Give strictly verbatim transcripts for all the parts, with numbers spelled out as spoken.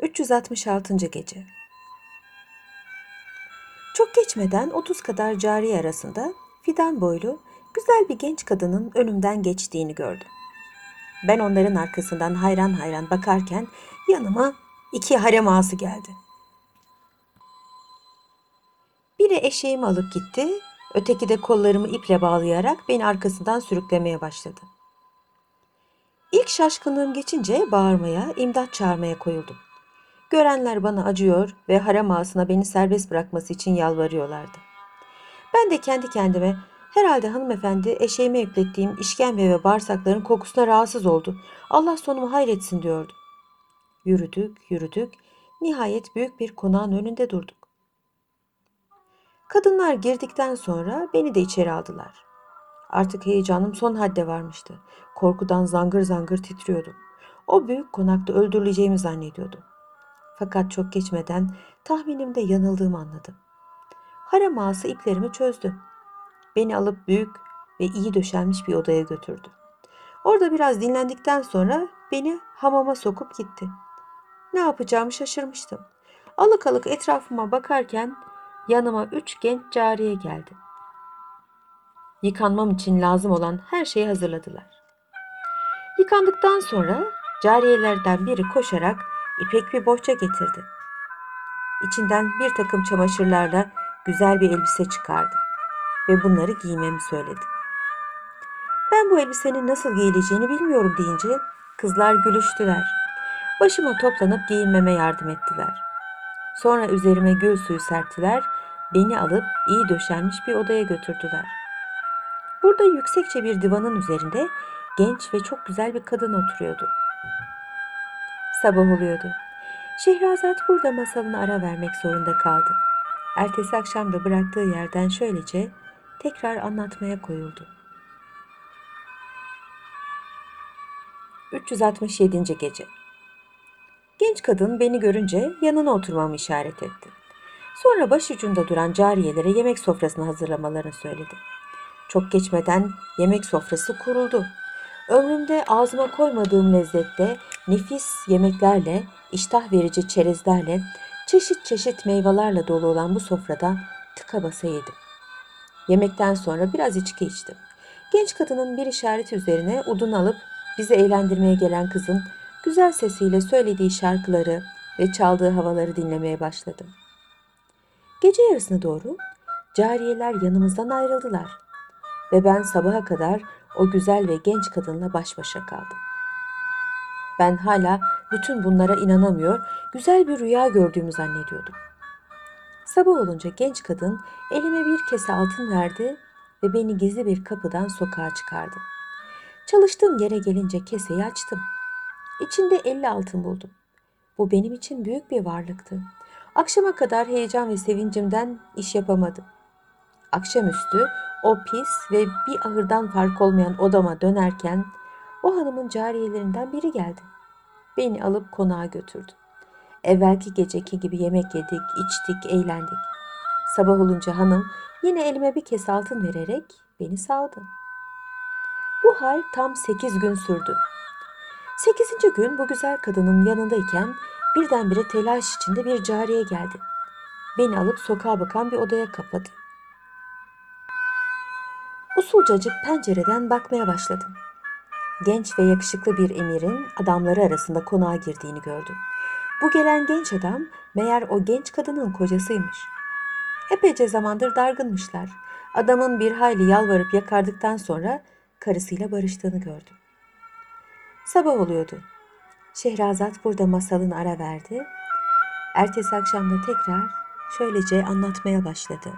üç yüz altmış altıncı. Gece. Çok geçmeden otuz kadar cariye arasında fidan boylu, güzel bir genç kadının önümden geçtiğini gördüm. Ben onların arkasından hayran hayran bakarken yanıma iki harem ağası geldi. Biri eşeğimi alıp gitti, öteki de kollarımı iple bağlayarak beni arkasından sürüklemeye başladı. İlk şaşkınlığım geçince bağırmaya, imdat çağırmaya koyuldum. Görenler bana acıyor ve harem ağasına beni serbest bırakması için yalvarıyorlardı. Ben de kendi kendime herhalde hanımefendi eşeğime yüklettiğim işkembe ve bağırsakların kokusuna rahatsız oldu. Allah sonumu hayretsin diyordum. Yürüdük, yürüdük. Nihayet büyük bir konağın önünde durduk. Kadınlar girdikten sonra beni de içeri aldılar. Artık heyecanım son hadde varmıştı. Korkudan zangır zangır titriyordum. O büyük konakta öldürüleceğimi zannediyordum. Fakat çok geçmeden tahminimde yanıldığımı anladım. Harem ağası iplerimi çözdü. Beni alıp büyük ve iyi döşenmiş bir odaya götürdü. Orada biraz dinlendikten sonra beni hamama sokup gitti. Ne yapacağımı şaşırmıştım. Alık alık etrafıma bakarken yanıma üç genç cariye geldi. Yıkanmam için lazım olan her şeyi hazırladılar. Yıkandıktan sonra cariyelerden biri koşarak ipek bir bohça getirdi. İçinden bir takım çamaşırlarla güzel bir elbise çıkardı ve bunları giymemi söyledi. Ben bu elbisenin nasıl giyileceğini bilmiyorum deyince kızlar gülüştüler. Başıma toplanıp giyinmeme yardım ettiler. Sonra üzerime gül suyu serptiler, beni alıp iyi döşenmiş bir odaya götürdüler. Burada yüksekçe bir divanın üzerinde genç ve çok güzel bir kadın oturuyordu. Sabah oluyordu. Şehrazat burada masalına ara vermek zorunda kaldı. Ertesi akşam da bıraktığı yerden şöylece tekrar anlatmaya koyuldu. üç yüz altmış yedinci. Gece. Genç kadın beni görünce yanına oturmamı işaret etti. Sonra başucunda duran cariyelere yemek sofrasını hazırlamalarını söyledi. Çok geçmeden yemek sofrası kuruldu. Ömrümde ağzıma koymadığım lezzette nefis yemeklerle, iştah verici çerezlerle, çeşit çeşit meyvelerle dolu olan bu sofrada tıka basa yedim. Yemekten sonra biraz içki içtim. Genç kadının bir işareti üzerine udun alıp bizi eğlendirmeye gelen kızın güzel sesiyle söylediği şarkıları ve çaldığı havaları dinlemeye başladım. Gece yarısına doğru cariyeler yanımızdan ayrıldılar ve ben sabaha kadar o güzel ve genç kadınla baş başa kaldım. Ben hala bütün bunlara inanamıyor, güzel bir rüya gördüğümü zannediyordum. Sabah olunca genç kadın elime bir kese altın verdi ve beni gizli bir kapıdan sokağa çıkardı. Çalıştığım yere gelince keseyi açtım. İçinde elli altın buldum. Bu benim için büyük bir varlıktı. Akşama kadar heyecan ve sevincimden iş yapamadım. Akşamüstü o pis ve bir ahırdan fark olmayan odama dönerken o hanımın cariyelerinden biri geldi. Beni alıp konağa götürdü. Evvelki geceki gibi yemek yedik, içtik, eğlendik. Sabah olunca hanım yine elime bir kese altın vererek beni savdı. Bu hal tam sekiz gün sürdü. Sekizinci gün bu güzel kadının yanındayken birdenbire telaş içinde bir cariye geldi. Beni alıp sokağa bakan bir odaya kapadı. Usulcacık pencereden bakmaya başladım. Genç ve yakışıklı bir emirin adamları arasında konağa girdiğini gördüm. Bu gelen genç adam meğer o genç kadının kocasıymış. Epeyce zamandır dargınmışlar. Adamın bir hayli yalvarıp yakardıktan sonra karısıyla barıştığını gördüm. Sabah oluyordu. Şehrazat burada masalını ara verdi. Ertesi akşam da tekrar şöylece anlatmaya başladı.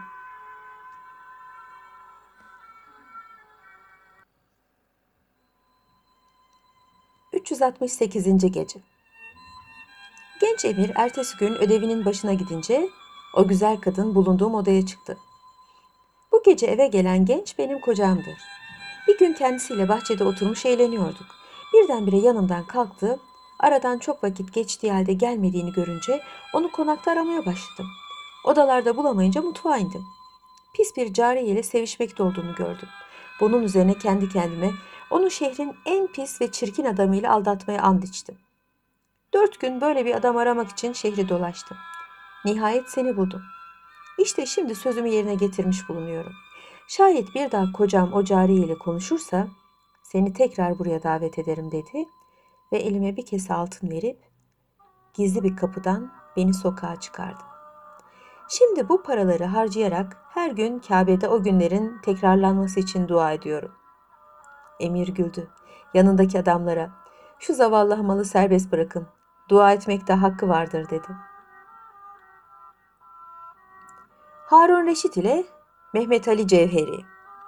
üç yüz altmış sekizinci. Gece. Genç emir ertesi gün ödevinin başına gidince o güzel kadın bulunduğum odaya çıktı. Bu gece eve gelen genç benim kocamdır. Bir gün kendisiyle bahçede oturmuş eğleniyorduk. Birdenbire yanımdan kalktı. Aradan çok vakit geçtiği halde gelmediğini görünce onu konakta aramaya başladım. Odalarda bulamayınca mutfağa indim. Pis bir cariyeyle sevişmekte olduğunu gördüm. Bunun üzerine kendi kendime onu şehrin en pis ve çirkin adamıyla aldatmaya and içtim. Dört gün böyle bir adam aramak için şehri dolaştım. Nihayet seni buldum. İşte şimdi sözümü yerine getirmiş bulunuyorum. Şayet bir daha kocam o cariyeyle konuşursa seni tekrar buraya davet ederim dedi ve elime bir kese altın verip gizli bir kapıdan beni sokağa çıkardı. Şimdi bu paraları harcayarak her gün Kabe'de o günlerin tekrarlanması için dua ediyorum. Emir güldü. Yanındaki adamlara, şu zavallı hamalı serbest bırakın, dua etmekte hakkı vardır dedi. Harun Reşit ile Mehmet Ali Cevheri.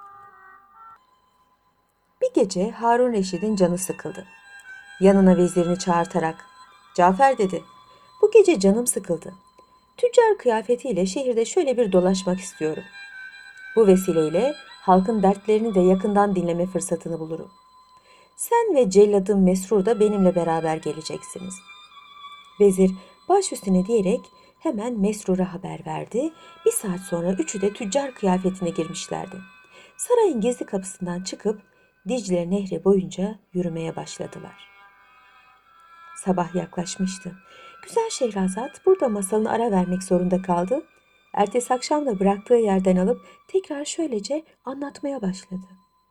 Bir gece Harun Reşit'in canı sıkıldı. Yanına vezirini çağırtarak, Cafer dedi, bu gece canım sıkıldı. Tüccar kıyafetiyle şehirde şöyle bir dolaşmak istiyorum. Bu vesileyle halkın dertlerini de yakından dinleme fırsatını bulurum. Sen ve celladım Mesrur da benimle beraber geleceksiniz. Vezir baş üstüne diyerek hemen Mesrur'a haber verdi. Bir saat sonra üçü de tüccar kıyafetine girmişlerdi. Sarayın gizli kapısından çıkıp Dicle Nehri boyunca yürümeye başladılar. Sabah yaklaşmıştı. Güzel Şehrazat burada masalını ara vermek zorunda kaldı. Ertesi akşam da bıraktığı yerden alıp tekrar şöylece anlatmaya başladı.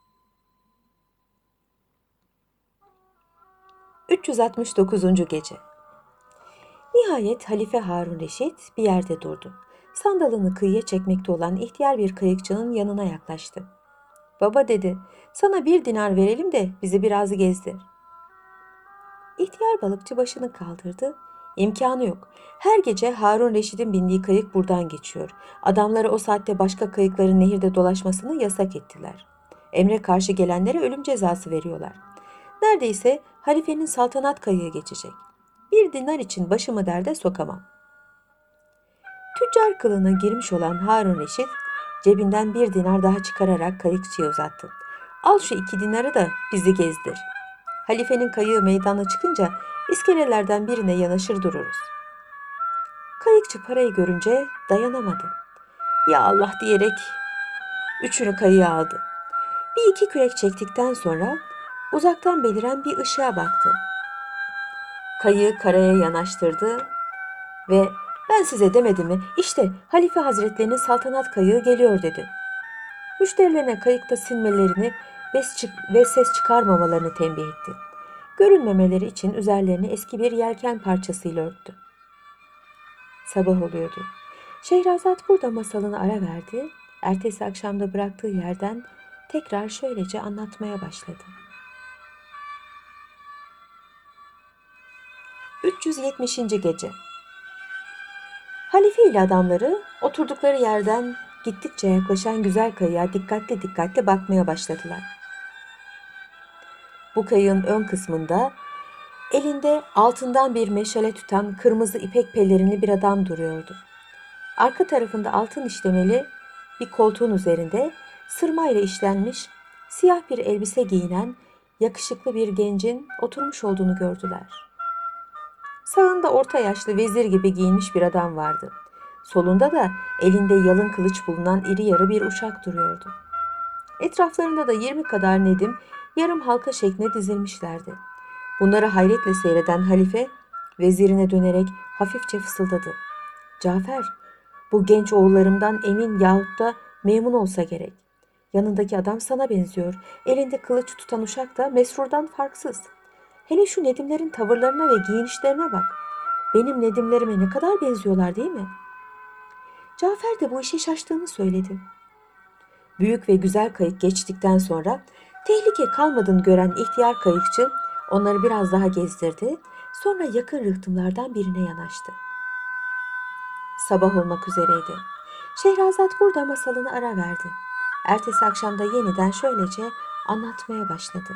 üç yüz altmış dokuzuncu Gece. Nihayet Halife Harun Reşit bir yerde durdu. Sandalını kıyıya çekmekte olan ihtiyar bir kayıkçının yanına yaklaştı. Baba dedi, sana bir dinar verelim de bizi biraz gezdir. İhtiyar balıkçı başını kaldırdı. İmkanı yok. Her gece Harun Reşit'in bindiği kayık buradan geçiyor. Adamları o saatte başka kayıkların nehirde dolaşmasını yasak ettiler. Emre karşı gelenlere ölüm cezası veriyorlar. Neredeyse halifenin saltanat kayığı geçecek. Bir dinar için başımı derde sokamam. Tüccar kılığına girmiş olan Harun Reşit cebinden bir dinar daha çıkararak kayıkçıya uzattı. Al şu iki dinarı da bizi gezdir. Halifenin kayığı meydana çıkınca iskelelerden birine yanaşır dururuz. Kayıkçı parayı görünce dayanamadı. Ya Allah diyerek üçünü kayığa aldı. Bir iki kürek çektikten sonra uzaktan beliren bir ışığa baktı. Kayığı karaya yanaştırdı ve ben size demedim mi? İşte Halife Hazretlerinin saltanat kayığı geliyor dedi. Müşterilerine kayıkta sinmelerini ve ses çıkarmamalarını tembih etti. Görünmemeleri için üzerlerini eski bir yelken parçasıyla örttü. Sabah oluyordu. Şehrazat burada masalını ara verdi. Ertesi akşamda bıraktığı yerden tekrar şöylece anlatmaya başladı. üç yüz yetmişinci Gece. Halife ile adamları oturdukları yerden gittikçe yaklaşan güzel kayığa dikkatli dikkatli bakmaya başladılar. Bu kayığın ön kısmında elinde altından bir meşale tutan kırmızı ipek pelerini bir adam duruyordu. Arka tarafında altın işlemeli bir koltuğun üzerinde sırmayla işlenmiş siyah bir elbise giyinen yakışıklı bir gencin oturmuş olduğunu gördüler. Sağında orta yaşlı vezir gibi giyinmiş bir adam vardı. Solunda da elinde yalın kılıç bulunan iri yarı bir uşak duruyordu. Etraflarında da yirmi kadar nedim yarım halka şeklinde dizilmişlerdi. Bunları hayretle seyreden halife vezirine dönerek hafifçe fısıldadı. Cafer, bu genç oğullarımdan emin yahut da memnun olsa gerek. Yanındaki adam sana benziyor. Elinde kılıç tutan uşak da Mesrur'dan farksız. Hele şu nedimlerin tavırlarına ve giyinişlerine bak. Benim nedimlerime ne kadar benziyorlar değil mi? Cafer de bu işe şaştığını söyledi. Büyük ve güzel kayık geçtikten sonra tehlike kalmadığını gören ihtiyar kayıkçı onları biraz daha gezdirdi. Sonra yakın rıhtımlardan birine yanaştı. Sabah olmak üzereydi. Şehrazat burada masalını ara verdi. Ertesi akşamda yeniden şöylece anlatmaya başladı.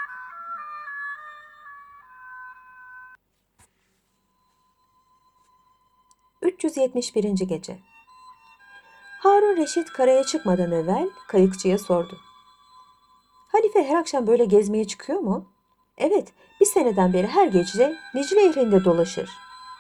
üç yüz yetmiş birinci Gece. Harun Reşit karaya çıkmadan evvel kayıkçıya sordu. Halife her akşam böyle gezmeye çıkıyor mu? Evet, bir seneden beri her gece Dicle Nehri'nde dolaşır.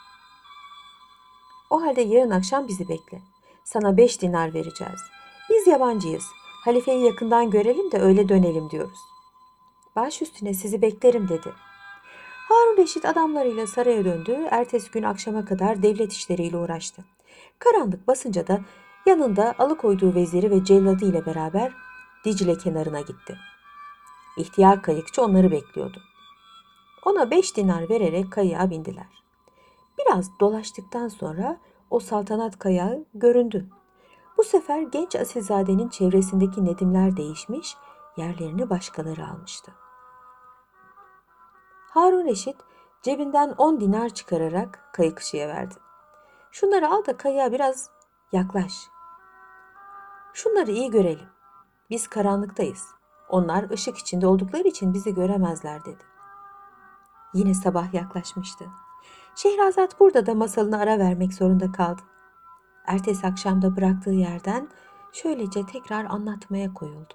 O halde yarın akşam bizi bekle. Sana beş dinar vereceğiz. Biz yabancıyız. Halifeyi yakından görelim de öyle dönelim diyoruz. Baş üstüne sizi beklerim dedi. Harun Reşit adamlarıyla saraya döndü. Ertesi gün akşama kadar devlet işleriyle uğraştı. Karanlık basınca da yanında alıkoyduğu veziri ve celladı ile beraber Dicle kenarına gitti. İhtiyar kayıkçı onları bekliyordu. Ona beş dinar vererek kayığa bindiler. Biraz dolaştıktan sonra o saltanat kayağı göründü. Bu sefer genç asilzadenin çevresindeki nedimler değişmiş, yerlerini başkaları almıştı. Harun Reşit cebinden on dinar çıkararak kayıkçıya verdi. Şunları al da kayığa biraz yaklaş. Şunları iyi görelim. Biz karanlıktayız. Onlar ışık içinde oldukları için bizi göremezler dedi. Yine sabah yaklaşmıştı. Şehrazat burada da masalına ara vermek zorunda kaldı. Ertesi akşamda bıraktığı yerden şöylece tekrar anlatmaya koyuldu.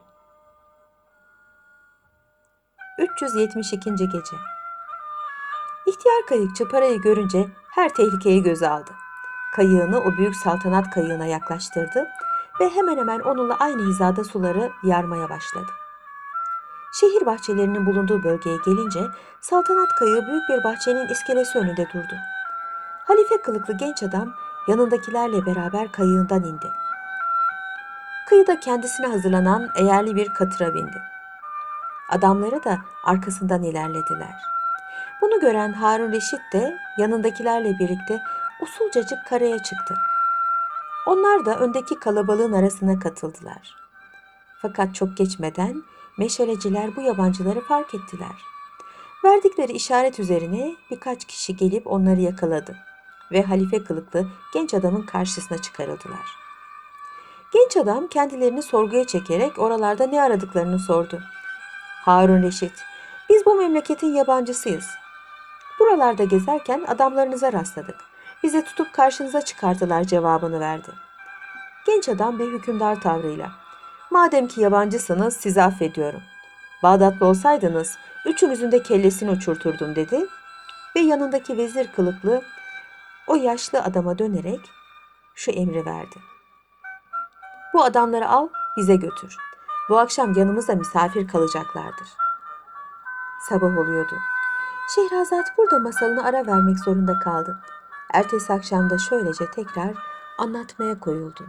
üç yüz yetmiş ikinci. Gece. İhtiyar kayıkçı parayı görünce her tehlikeyi göze aldı. Kayığını o büyük saltanat kayığına yaklaştırdı ve hemen hemen onunla aynı hizada suları yarmaya başladı. Şehir bahçelerinin bulunduğu bölgeye gelince saltanat kayığı büyük bir bahçenin iskelesi önünde durdu. Halife kılıklı genç adam yanındakilerle beraber kayığından indi. Kıyıda kendisine hazırlanan eğerli bir katıra bindi. Adamları da arkasından ilerlediler. Bunu gören Harun Reşit de yanındakilerle birlikte usulcacık karaya çıktı. Onlar da öndeki kalabalığın arasına katıldılar. Fakat çok geçmeden meşaleciler bu yabancıları fark ettiler. Verdikleri işaret üzerine birkaç kişi gelip onları yakaladı ve halife kılıklı genç adamın karşısına çıkarıldılar. Genç adam kendilerini sorguya çekerek oralarda ne aradıklarını sordu. Harun Reşit, biz bu memleketin yabancısıyız. Buralarda gezerken adamlarınıza rastladık. Bizi tutup karşınıza çıkardılar cevabını verdi. Genç adam bir hükümdar tavrıyla, madem ki yabancısınız sizi affediyorum. Bağdatlı olsaydınız üçünüzün de kellesini uçurturdum dedi ve yanındaki vezir kılıklı o yaşlı adama dönerek şu emri verdi. Bu adamları al bize götür. Bu akşam yanımızda misafir kalacaklardır. Sabah oluyordu. Şehrazat burada masalını ara vermek zorunda kaldı. Ertesi akşamda şöylece tekrar anlatmaya koyuldu.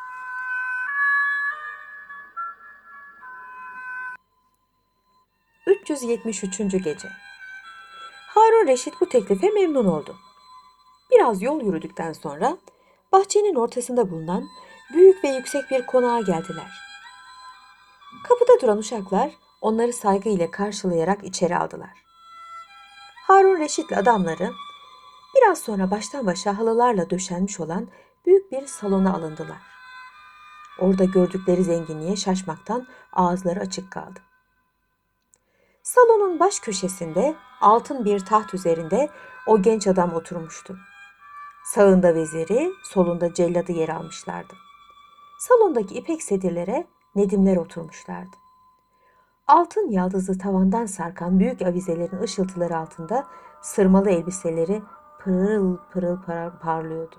üç yüz yetmiş üçüncü. Gece. Harun Reşit bu teklife memnun oldu. Biraz yol yürüdükten sonra bahçenin ortasında bulunan büyük ve yüksek bir konağa geldiler. Kapıda duran uşaklar onları saygıyla karşılayarak içeri aldılar. Harun Reşit'le adamları biraz sonra baştan başa halılarla döşenmiş olan büyük bir salona alındılar. Orada gördükleri zenginliğe şaşmaktan ağızları açık kaldı. Salonun baş köşesinde altın bir taht üzerinde o genç adam oturmuştu. Sağında veziri, solunda celladı yer almışlardı. Salondaki ipek sedirlere nedimler oturmuşlardı. Altın yaldızlı tavandan sarkan büyük avizelerin ışıltıları altında sırmalı elbiseleri pırıl pırıl parlıyordu.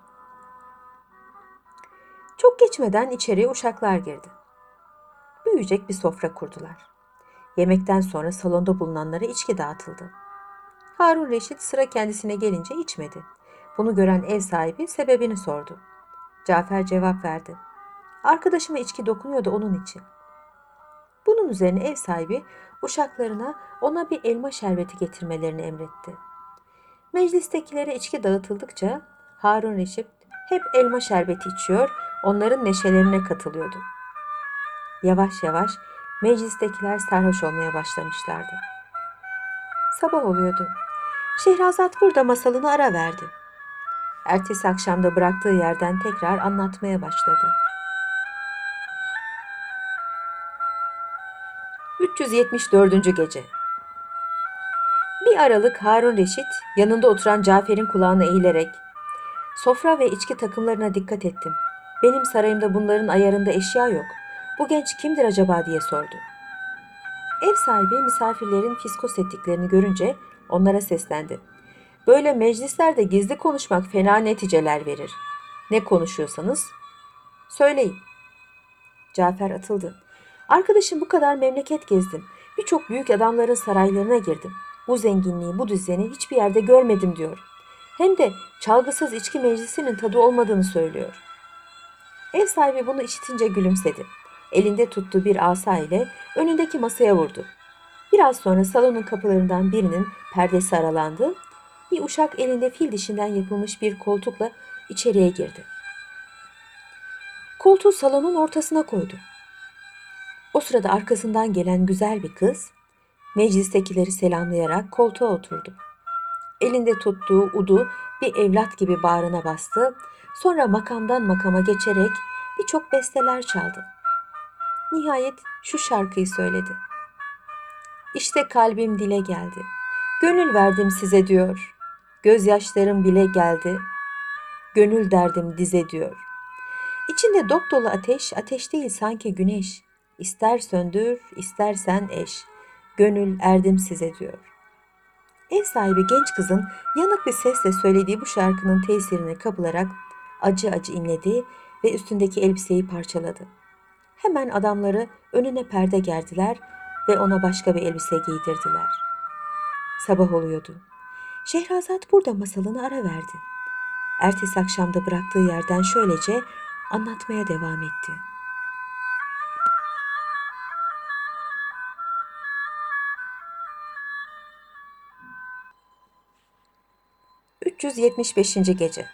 Çok geçmeden içeriye uşaklar girdi. Büyüyecek bir sofra kurdular. Yemekten sonra salonda bulunanlara içki dağıtıldı. Harun Reşit sıra kendisine gelince içmedi. Bunu gören ev sahibi sebebini sordu. Cafer cevap verdi. Arkadaşıma içki dokunuyor da onun için. Bunun üzerine ev sahibi uşaklarına ona bir elma şerbeti getirmelerini emretti. Meclistekilere içki dağıtıldıkça Harun Reşit hep elma şerbeti içiyor, onların neşelerine katılıyordu. Yavaş yavaş meclistekiler sarhoş olmaya başlamışlardı. Sabah oluyordu. Şehrazat burada masalını ara verdi. Ertesi akşamda bıraktığı yerden tekrar anlatmaya başladı. üç yüz yetmiş dördüncü. Gece. Bir aralık Harun Reşit yanında oturan Cafer'in kulağına eğilerek "Sofra ve içki takımlarına dikkat ettim. Benim sarayımda bunların ayarında eşya yok. Bu genç kimdir acaba?" diye sordu. Ev sahibi misafirlerin fiskos ettiklerini görünce onlara seslendi. "Böyle meclislerde gizli konuşmak fena neticeler verir. Ne konuşuyorsanız söyleyin." Cafer atıldı. "Arkadaşım bu kadar memleket gezdim. Birçok büyük adamların saraylarına girdim. Bu zenginliği, bu düzeni hiçbir yerde görmedim diyor. Hem de çalgısız içki meclisinin tadı olmadığını söylüyor. Ev sahibi bunu işitince gülümsedi. Elinde tuttuğu bir asa ile önündeki masaya vurdu. Biraz sonra salonun kapılarından birinin perdesi aralandı. Bir uşak elinde fil dişinden yapılmış bir koltukla içeriye girdi. Koltuğu salonun ortasına koydu. O sırada arkasından gelen güzel bir kız meclistekileri selamlayarak koltuğa oturdu. Elinde tuttuğu udu bir evlat gibi bağrına bastı. Sonra makamdan makama geçerek birçok besteler çaldı. Nihayet şu şarkıyı söyledi. İşte kalbim dile geldi. Gönül verdim size diyor. Gözyaşlarım bile geldi. Gönül derdim dize diyor. İçinde dop dolu ateş, ateş değil sanki güneş. İster söndür, istersen eş. Gönül erdim size diyor. Ev sahibi genç kızın yanık bir sesle söylediği bu şarkının tesirine kapılarak acı acı inledi ve üstündeki elbiseyi parçaladı. Hemen adamları önüne perde gerdiler ve ona başka bir elbise giydirdiler. Sabah oluyordu. Şehrazat burada masalını ara verdi. Ertesi akşamda bıraktığı yerden şöylece anlatmaya devam etti. üç yüz yetmiş beşinci. Gece.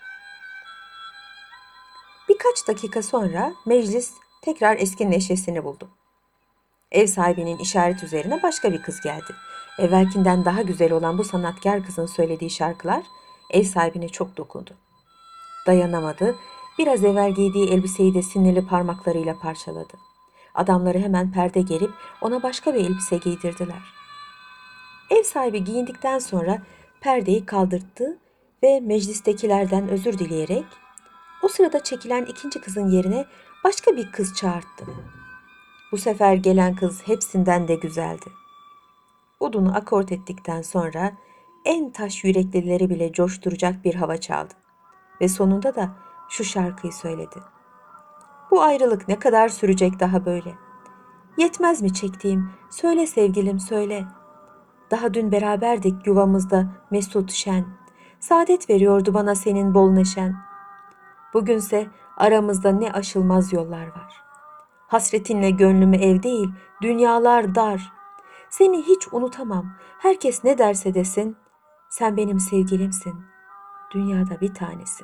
Birkaç dakika sonra meclis tekrar eski neşesini buldu. Ev sahibinin işaret üzerine başka bir kız geldi. Evvelkinden daha güzel olan bu sanatkar kızın söylediği şarkılar ev sahibine çok dokundu. Dayanamadı, biraz evvel giydiği elbiseyi de sinirli parmaklarıyla parçaladı. Adamları hemen perde gerip ona başka bir elbise giydirdiler. Ev sahibi giyindikten sonra perdeyi kaldırttı ve meclistekilerden özür dileyerek o sırada çekilen ikinci kızın yerine başka bir kız çağırttı. Bu sefer gelen kız hepsinden de güzeldi. Udunu akort ettikten sonra en taş yüreklileri bile coşturacak bir hava çaldı. Ve sonunda da şu şarkıyı söyledi. Bu ayrılık ne kadar sürecek daha böyle? Yetmez mi çektiğim? Söyle sevgilim söyle. Daha dün beraberdik yuvamızda mesut şen. Saadet veriyordu bana senin bol neşen. Bugünse aramızda ne aşılmaz yollar var. Hasretinle gönlümü ev değil, dünyalar dar. Seni hiç unutamam, herkes ne derse desin. Sen benim sevgilimsin, dünyada bir tanesin.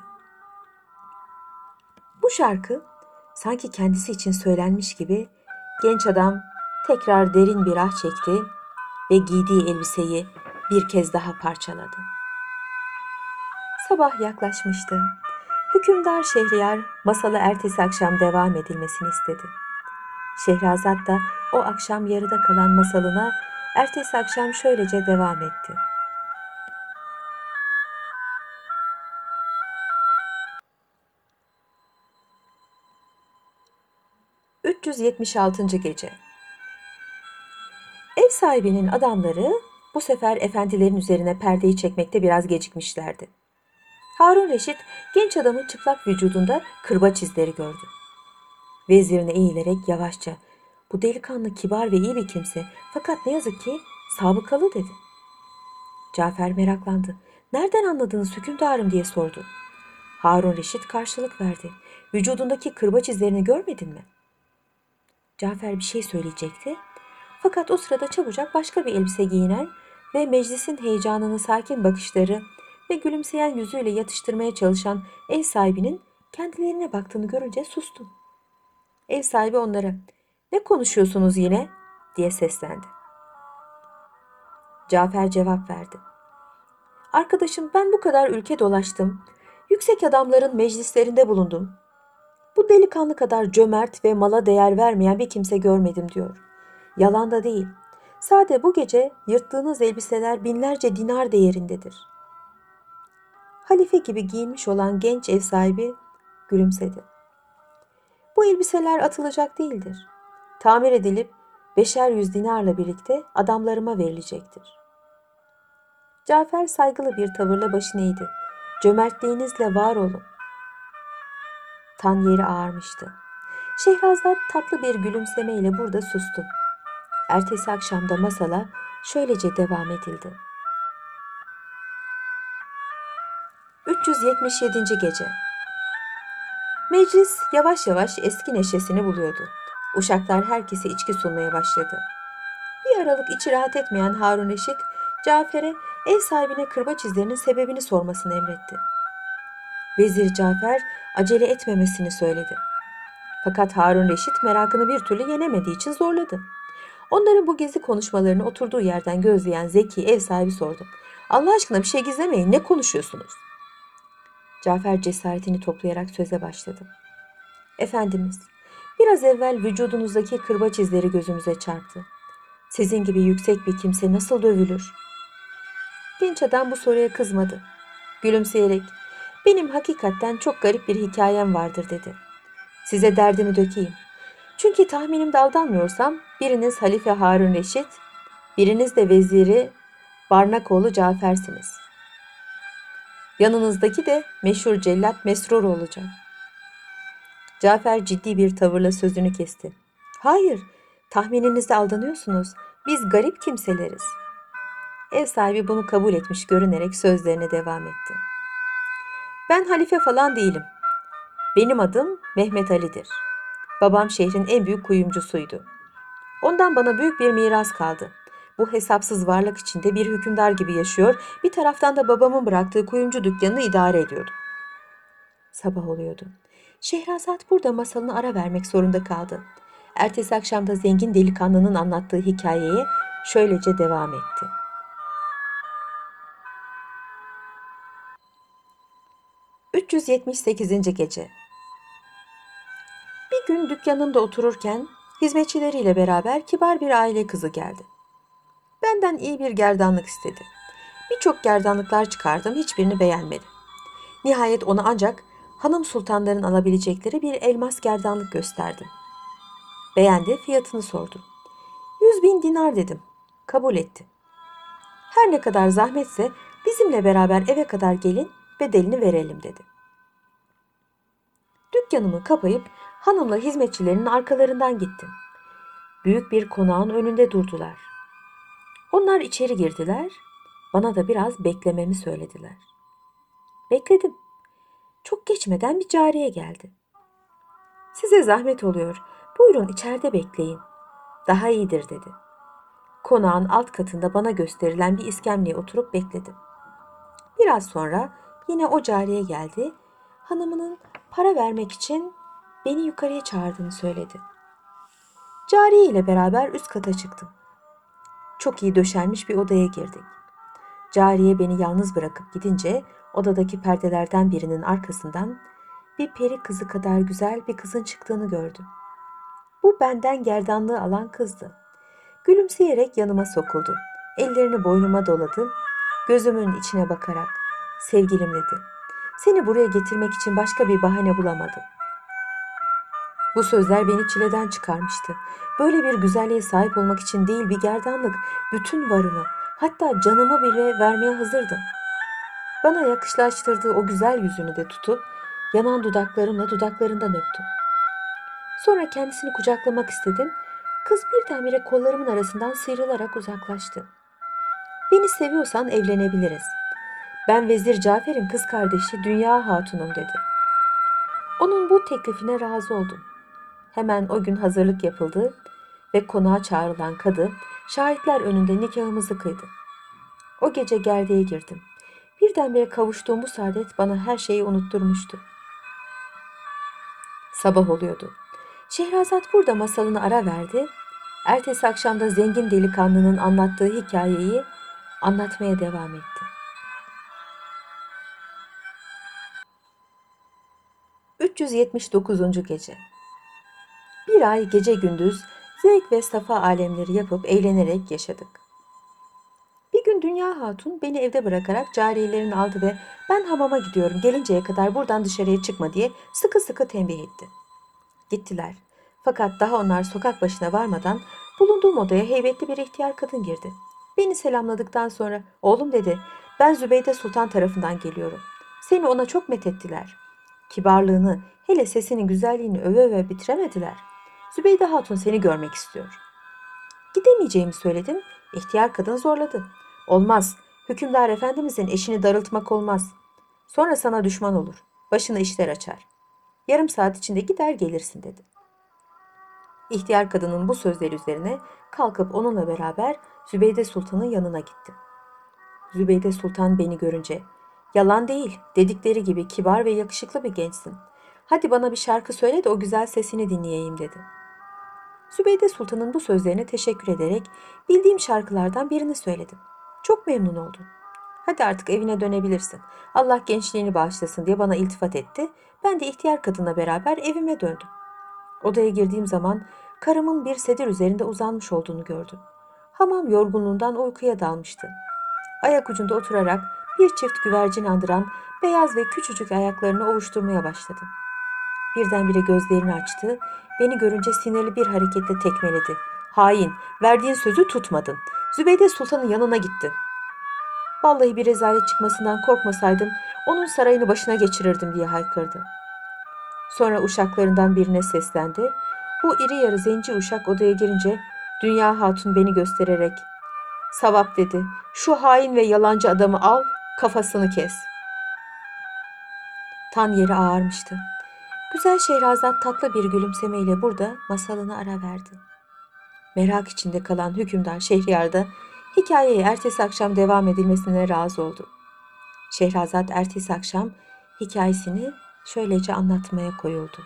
Bu şarkı sanki kendisi için söylenmiş gibi genç adam tekrar derin bir ah çekti ve giydiği elbiseyi bir kez daha parçaladı. Sabah yaklaşmıştı. Hükümdar Şehriyar masalı ertesi akşam devam edilmesini istedi. Şehrazat da o akşam yarıda kalan masalına ertesi akşam şöylece devam etti. üç yüz yetmiş altıncı. Gece. Ev sahibinin adamları bu sefer efendilerin üzerine perdeyi çekmekte biraz gecikmişlerdi. Harun Reşit genç adamın çıplak vücudunda kırbaç izleri gördü. Vezirine eğilerek yavaşça "Bu delikanlı kibar ve iyi bir kimse fakat ne yazık ki sabıkalı" dedi. Cafer meraklandı. "Nereden anladınız hükümdarım?" diye sordu. Harun Reşit karşılık verdi. "Vücudundaki kırbaç izlerini görmedin mi?" Cafer bir şey söyleyecekti. Fakat o sırada çabucak başka bir elbise giyinen ve meclisin heyecanını sakin bakışları ve gülümseyen yüzüyle yatıştırmaya çalışan ev sahibinin kendilerine baktığını görünce sustu. Ev sahibi onlara "Ne konuşuyorsunuz yine?" diye seslendi. Cafer cevap verdi. "Arkadaşım, ben bu kadar ülke dolaştım. Yüksek adamların meclislerinde bulundum. Bu delikanlı kadar cömert ve mala değer vermeyen bir kimse görmedim" diyor. Yalan da değil. Sade bu gece yırttığınız elbiseler binlerce dinar değerindedir. Halife gibi giyinmiş olan genç ev sahibi gülümsedi. Bu elbiseler atılacak değildir. Tamir edilip beşer yüz dinarla birlikte adamlarıma verilecektir. Cafer saygılı bir tavırla başını eğdi. "Cömertliğinizle var olun." Tan yeri ağarmıştı. Şehrazat tatlı bir gülümsemeyle burada sustu. Ertesi akşamda masala şöylece devam edildi. üç yüz yetmiş yedinci. Gece. Meclis yavaş yavaş eski neşesini buluyordu. Uşaklar herkese içki sunmaya başladı. Bir aralık içi rahat etmeyen Harun Reşit, Cafer'e ev sahibine kırbaç izlerinin sebebini sormasını emretti. Vezir Cafer acele etmemesini söyledi. Fakat Harun Reşit merakını bir türlü yenemediği için zorladı. Onların bu gizli konuşmalarını oturduğu yerden gözleyen zeki ev sahibi sordu. Allah aşkına bir şey gizlemeyin, ne konuşuyorsunuz? Cafer cesaretini toplayarak söze başladı. Efendimiz, biraz evvel vücudunuzdaki kırbaç izleri gözümüze çarptı. Sizin gibi yüksek bir kimse nasıl dövülür? Genç adam bu soruya kızmadı. Gülümseyerek, benim hakikaten çok garip bir hikayem vardır dedi. Size derdimi dökeyim. Çünkü tahminimde aldanmıyorsam biriniz Halife Harun Reşit, biriniz de veziri Barnakoğlu Cafer'siniz. Yanınızdaki de meşhur cellat Mesrur olacak. Cafer ciddi bir tavırla sözünü kesti. Hayır, tahmininizde aldanıyorsunuz. Biz garip kimseleriz. Ev sahibi bunu kabul etmiş görünerek sözlerine devam etti. Ben halife falan değilim. Benim adım Mehmet Ali'dir. Babam şehrin en büyük kuyumcusuydu. Ondan bana büyük bir miras kaldı. Bu hesapsız varlık içinde bir hükümdar gibi yaşıyor, bir taraftan da babamın bıraktığı kuyumcu dükkanını idare ediyordu. Sabah oluyordu. Şehrazat burada masalını ara vermek zorunda kaldı. Ertesi akşamda zengin delikanlının anlattığı hikayeye şöylece devam etti. üç yüz yetmiş sekizinci. Gece. Bir gün dükkanında otururken hizmetçileriyle beraber kibar bir aile kızı geldi. Benden iyi bir gerdanlık istedi. Birçok gerdanlıklar çıkardım, hiçbirini beğenmedi. Nihayet ona ancak hanım sultanların alabilecekleri bir elmas gerdanlık gösterdim. Beğendi, fiyatını sordu. Yüz bin dinar dedim. Kabul etti. Her ne kadar zahmetse bizimle beraber eve kadar gelin, bedelini verelim dedi. Dükkanımı kapayıp hanımla hizmetçilerinin arkalarından gittim. Büyük bir konağın önünde durdular. Onlar içeri girdiler, bana da biraz beklememi söylediler. Bekledim. Çok geçmeden bir cariye geldi. Size zahmet oluyor, buyurun içeride bekleyin. Daha iyidir dedi. Konağın alt katında bana gösterilen bir iskemleye oturup bekledim. Biraz sonra yine o cariye geldi, hanımının para vermek için beni yukarıya çağırdığını söyledi. Cariye ile beraber üst kata çıktım. Çok iyi döşenmiş bir odaya girdik. Cariye beni yalnız bırakıp gidince odadaki perdelerden birinin arkasından bir peri kızı kadar güzel bir kızın çıktığını gördüm. Bu benden gerdanlığı alan kızdı. Gülümseyerek yanıma sokuldu. Ellerini boynuma doladı. Gözümün içine bakarak sevgilim dedi. Seni buraya getirmek için başka bir bahane bulamadım. Bu sözler beni çileden çıkarmıştı. Böyle bir güzelliğe sahip olmak için değil bir gerdanlık, bütün varımı, hatta canımı bile vermeye hazırdım. Bana yakışlaştırdığı o güzel yüzünü de tutup yanan dudaklarımla dudaklarından öptüm. Sonra kendisini kucaklamak istedim. Kız birdenbire kollarımın arasından sıyrılarak uzaklaştı. Beni seviyorsan evlenebiliriz. Ben Vezir Cafer'in kız kardeşi Dünya Hatun'um dedi. Onun bu teklifine razı oldum. Hemen o gün hazırlık yapıldı ve konağa çağrılan kadı şahitler önünde nikahımızı kıydı. O gece gerdeğe girdim. Birdenbire kavuştuğum bu saadet bana her şeyi unutturmuştu. Sabah oluyordu. Şehrazat burada masalını ara verdi. Ertesi akşamda zengin delikanlının anlattığı hikayeyi anlatmaya devam etti. üç yüz yetmiş dokuzuncu. Gece. Bir ay gece gündüz zevk ve safa alemleri yapıp eğlenerek yaşadık. Bir gün Dünya Hatun beni evde bırakarak cariyelerini aldı ve ben hamama gidiyorum, gelinceye kadar buradan dışarıya çıkma diye sıkı sıkı tembih etti. Gittiler. Fakat daha onlar sokak başına varmadan bulunduğum odaya heybetli bir ihtiyar kadın girdi. Beni selamladıktan sonra oğlum dedi, ben Zübeyde Sultan tarafından geliyorum. Seni ona çok methettiler. Kibarlığını, hele sesinin güzelliğini öve öve bitiremediler. Zübeyde Hatun seni görmek istiyor. Gidemeyeceğimi söyledim. İhtiyar kadın zorladı. Olmaz. Hükümdar efendimizin eşini darıltmak olmaz. Sonra sana düşman olur. Başına işler açar. Yarım saat içinde gider gelirsin dedi. İhtiyar kadının bu sözleri üzerine kalkıp onunla beraber Zübeyde Sultan'ın yanına gittim. Zübeyde Sultan beni görünce, yalan değil, dedikleri gibi kibar ve yakışıklı bir gençsin. Hadi bana bir şarkı söyle de o güzel sesini dinleyeyim dedi. Zübeyde Sultan'ın bu sözlerine teşekkür ederek bildiğim şarkılardan birini söyledim. Çok memnun oldu. Hadi artık evine dönebilirsin. Allah gençliğini bağışlasın diye bana iltifat etti. Ben de ihtiyar kadınla beraber evime döndüm. Odaya girdiğim zaman karımın bir sedir üzerinde uzanmış olduğunu gördüm. Hamam yorgunluğundan uykuya dalmıştı. Ayak ucunda oturarak bir çift güvercin andıran beyaz ve küçücük ayaklarını ovuşturmaya başladı. Birdenbire gözlerini açtı, beni görünce sinirli bir hareketle tekmeledi. Hain, verdiğin sözü tutmadın. Zübeyde Sultan'ın yanına gittin. Vallahi bir rezalet çıkmasından korkmasaydım onun sarayını başına geçirirdim diye haykırdı. Sonra uşaklarından birine seslendi. Bu iri yarı zenci uşak odaya girince Dünya Hatun beni göstererek "Savap" dedi. "Şu hain ve yalancı adamı al, kafasını kes." Tan yeri ağarmıştı. Güzel Şehrazat tatlı bir gülümsemeyle burada masalına ara verdi. Merak içinde kalan hükümdar Şehriyar da hikayeye ertesi akşam devam edilmesine razı oldu. Şehrazat ertesi akşam hikayesini şöylece anlatmaya koyuldu.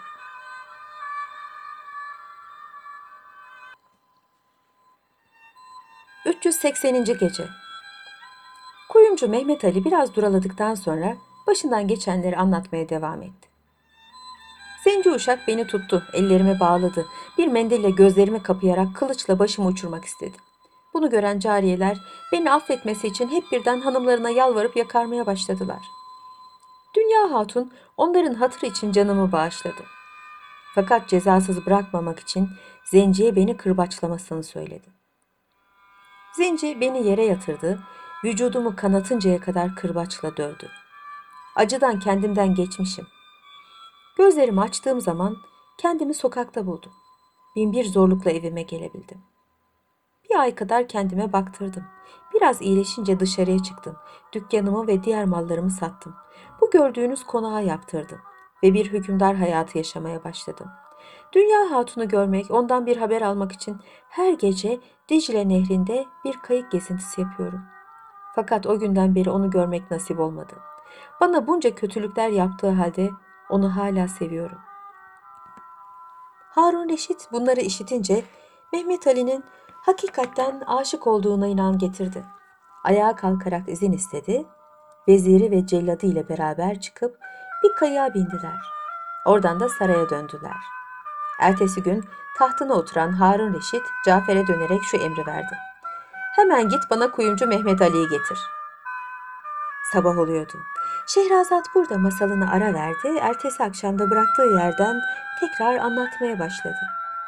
üç yüz sekseninci. Gece. Kuyumcu Mehmet Ali biraz duraladıktan sonra başından geçenleri anlatmaya devam etti. Zenci uşak beni tuttu, ellerimi bağladı. Bir mendille gözlerimi kapayarak kılıçla başımı uçurmak istedi. Bunu gören cariyeler beni affetmesi için hep birden hanımlarına yalvarıp yakarmaya başladılar. Dünya Hatun onların hatırı için canımı bağışladı. Fakat cezasız bırakmamak için Zenci'ye beni kırbaçlamasını söyledi. Zenci beni yere yatırdı, vücudumu kanatıncaya kadar kırbaçla dövdü. Acıdan kendimden geçmişim. Gözlerimi açtığım zaman kendimi sokakta buldum. Binbir zorlukla evime gelebildim. Bir ay kadar kendime baktırdım. Biraz iyileşince dışarıya çıktım. Dükkanımı ve diğer mallarımı sattım. Bu gördüğünüz konağı yaptırdım ve bir hükümdar hayatı yaşamaya başladım. Dünya Hatun'u görmek, ondan bir haber almak için her gece Dicle Nehri'nde bir kayık gezintisi yapıyorum. Fakat o günden beri onu görmek nasip olmadı. Bana bunca kötülükler yaptığı halde onu hala seviyorum. Harun Reşit bunları işitince Mehmet Ali'nin hakikatten aşık olduğuna inan getirdi. Ayağa kalkarak izin istedi. Veziri ve celladı ile beraber çıkıp bir kayığa bindiler. Oradan da saraya döndüler. Ertesi gün tahtına oturan Harun Reşit Cafer'e dönerek şu emri verdi. Hemen git bana kuyumcu Mehmet Ali'yi getir. Sabah oluyordu. Şehrazat burada masalını ara verdi. Ertesi akşamda bıraktığı yerden tekrar anlatmaya başladı.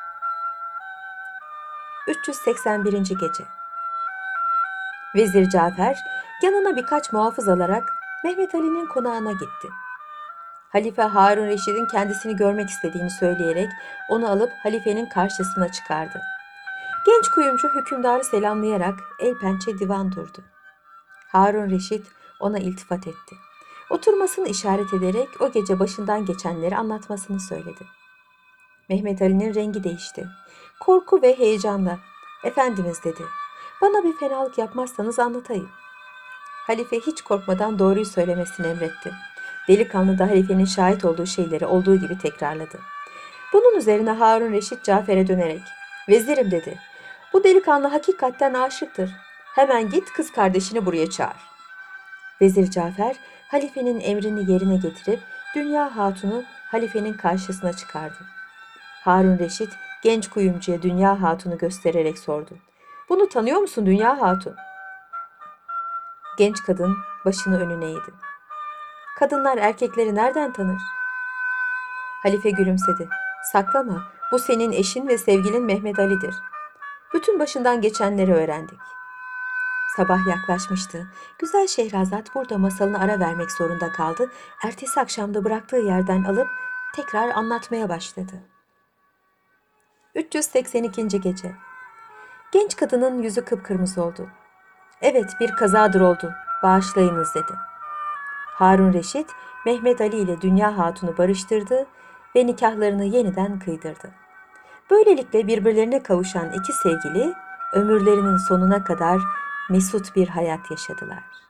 üç yüz seksen birinci. Gece. Vezir Cafer yanına birkaç muhafız alarak Mehmet Ali'nin konağına gitti. Halife Harun Reşid'in kendisini görmek istediğini söyleyerek onu alıp halifenin karşısına çıkardı. Genç kuyumcu hükümdarı selamlayarak el pençe divan durdu. Harun Reşit ona iltifat etti. Oturmasını işaret ederek o gece başından geçenleri anlatmasını söyledi. Mehmet Ali'nin rengi değişti. Korku ve heyecanla, "Efendimiz" dedi, "bana bir fenalık yapmazsanız anlatayım." Halife hiç korkmadan doğruyu söylemesini emretti. Delikanlı da halifenin şahit olduğu şeyleri olduğu gibi tekrarladı. Bunun üzerine Harun Reşit Cafer'e dönerek, "Vezirim" dedi, "bu delikanlı hakikatten aşıktır. Hemen git kız kardeşini buraya çağır." Vezir Cafer halifenin emrini yerine getirip Dünya Hatun'u halifenin karşısına çıkardı. Harun Reşit genç kuyumcuya Dünya Hatun'u göstererek sordu. "Bunu tanıyor musun Dünya Hatun?" Genç kadın başını önüne eğdi. "Kadınlar erkekleri nereden tanır?" Halife gülümsedi. "Saklama, bu senin eşin ve sevgilin Mehmet Ali'dir. Bütün başından geçenleri öğrendik." Sabah yaklaşmıştı. Güzel Şehrazat burada masalını ara vermek zorunda kaldı. Ertesi akşamda bıraktığı yerden alıp tekrar anlatmaya başladı. üç yüz seksen ikinci. Gece. Genç kadının yüzü kıpkırmızı oldu. "Evet, bir kazadır oldu. Bağışlayınız" dedi. Harun Reşit, Mehmet Ali ile Dünya Hatun'u barıştırdı ve nikahlarını yeniden kıydırdı. Böylelikle birbirlerine kavuşan iki sevgili ömürlerinin sonuna kadar mesut bir hayat yaşadılar.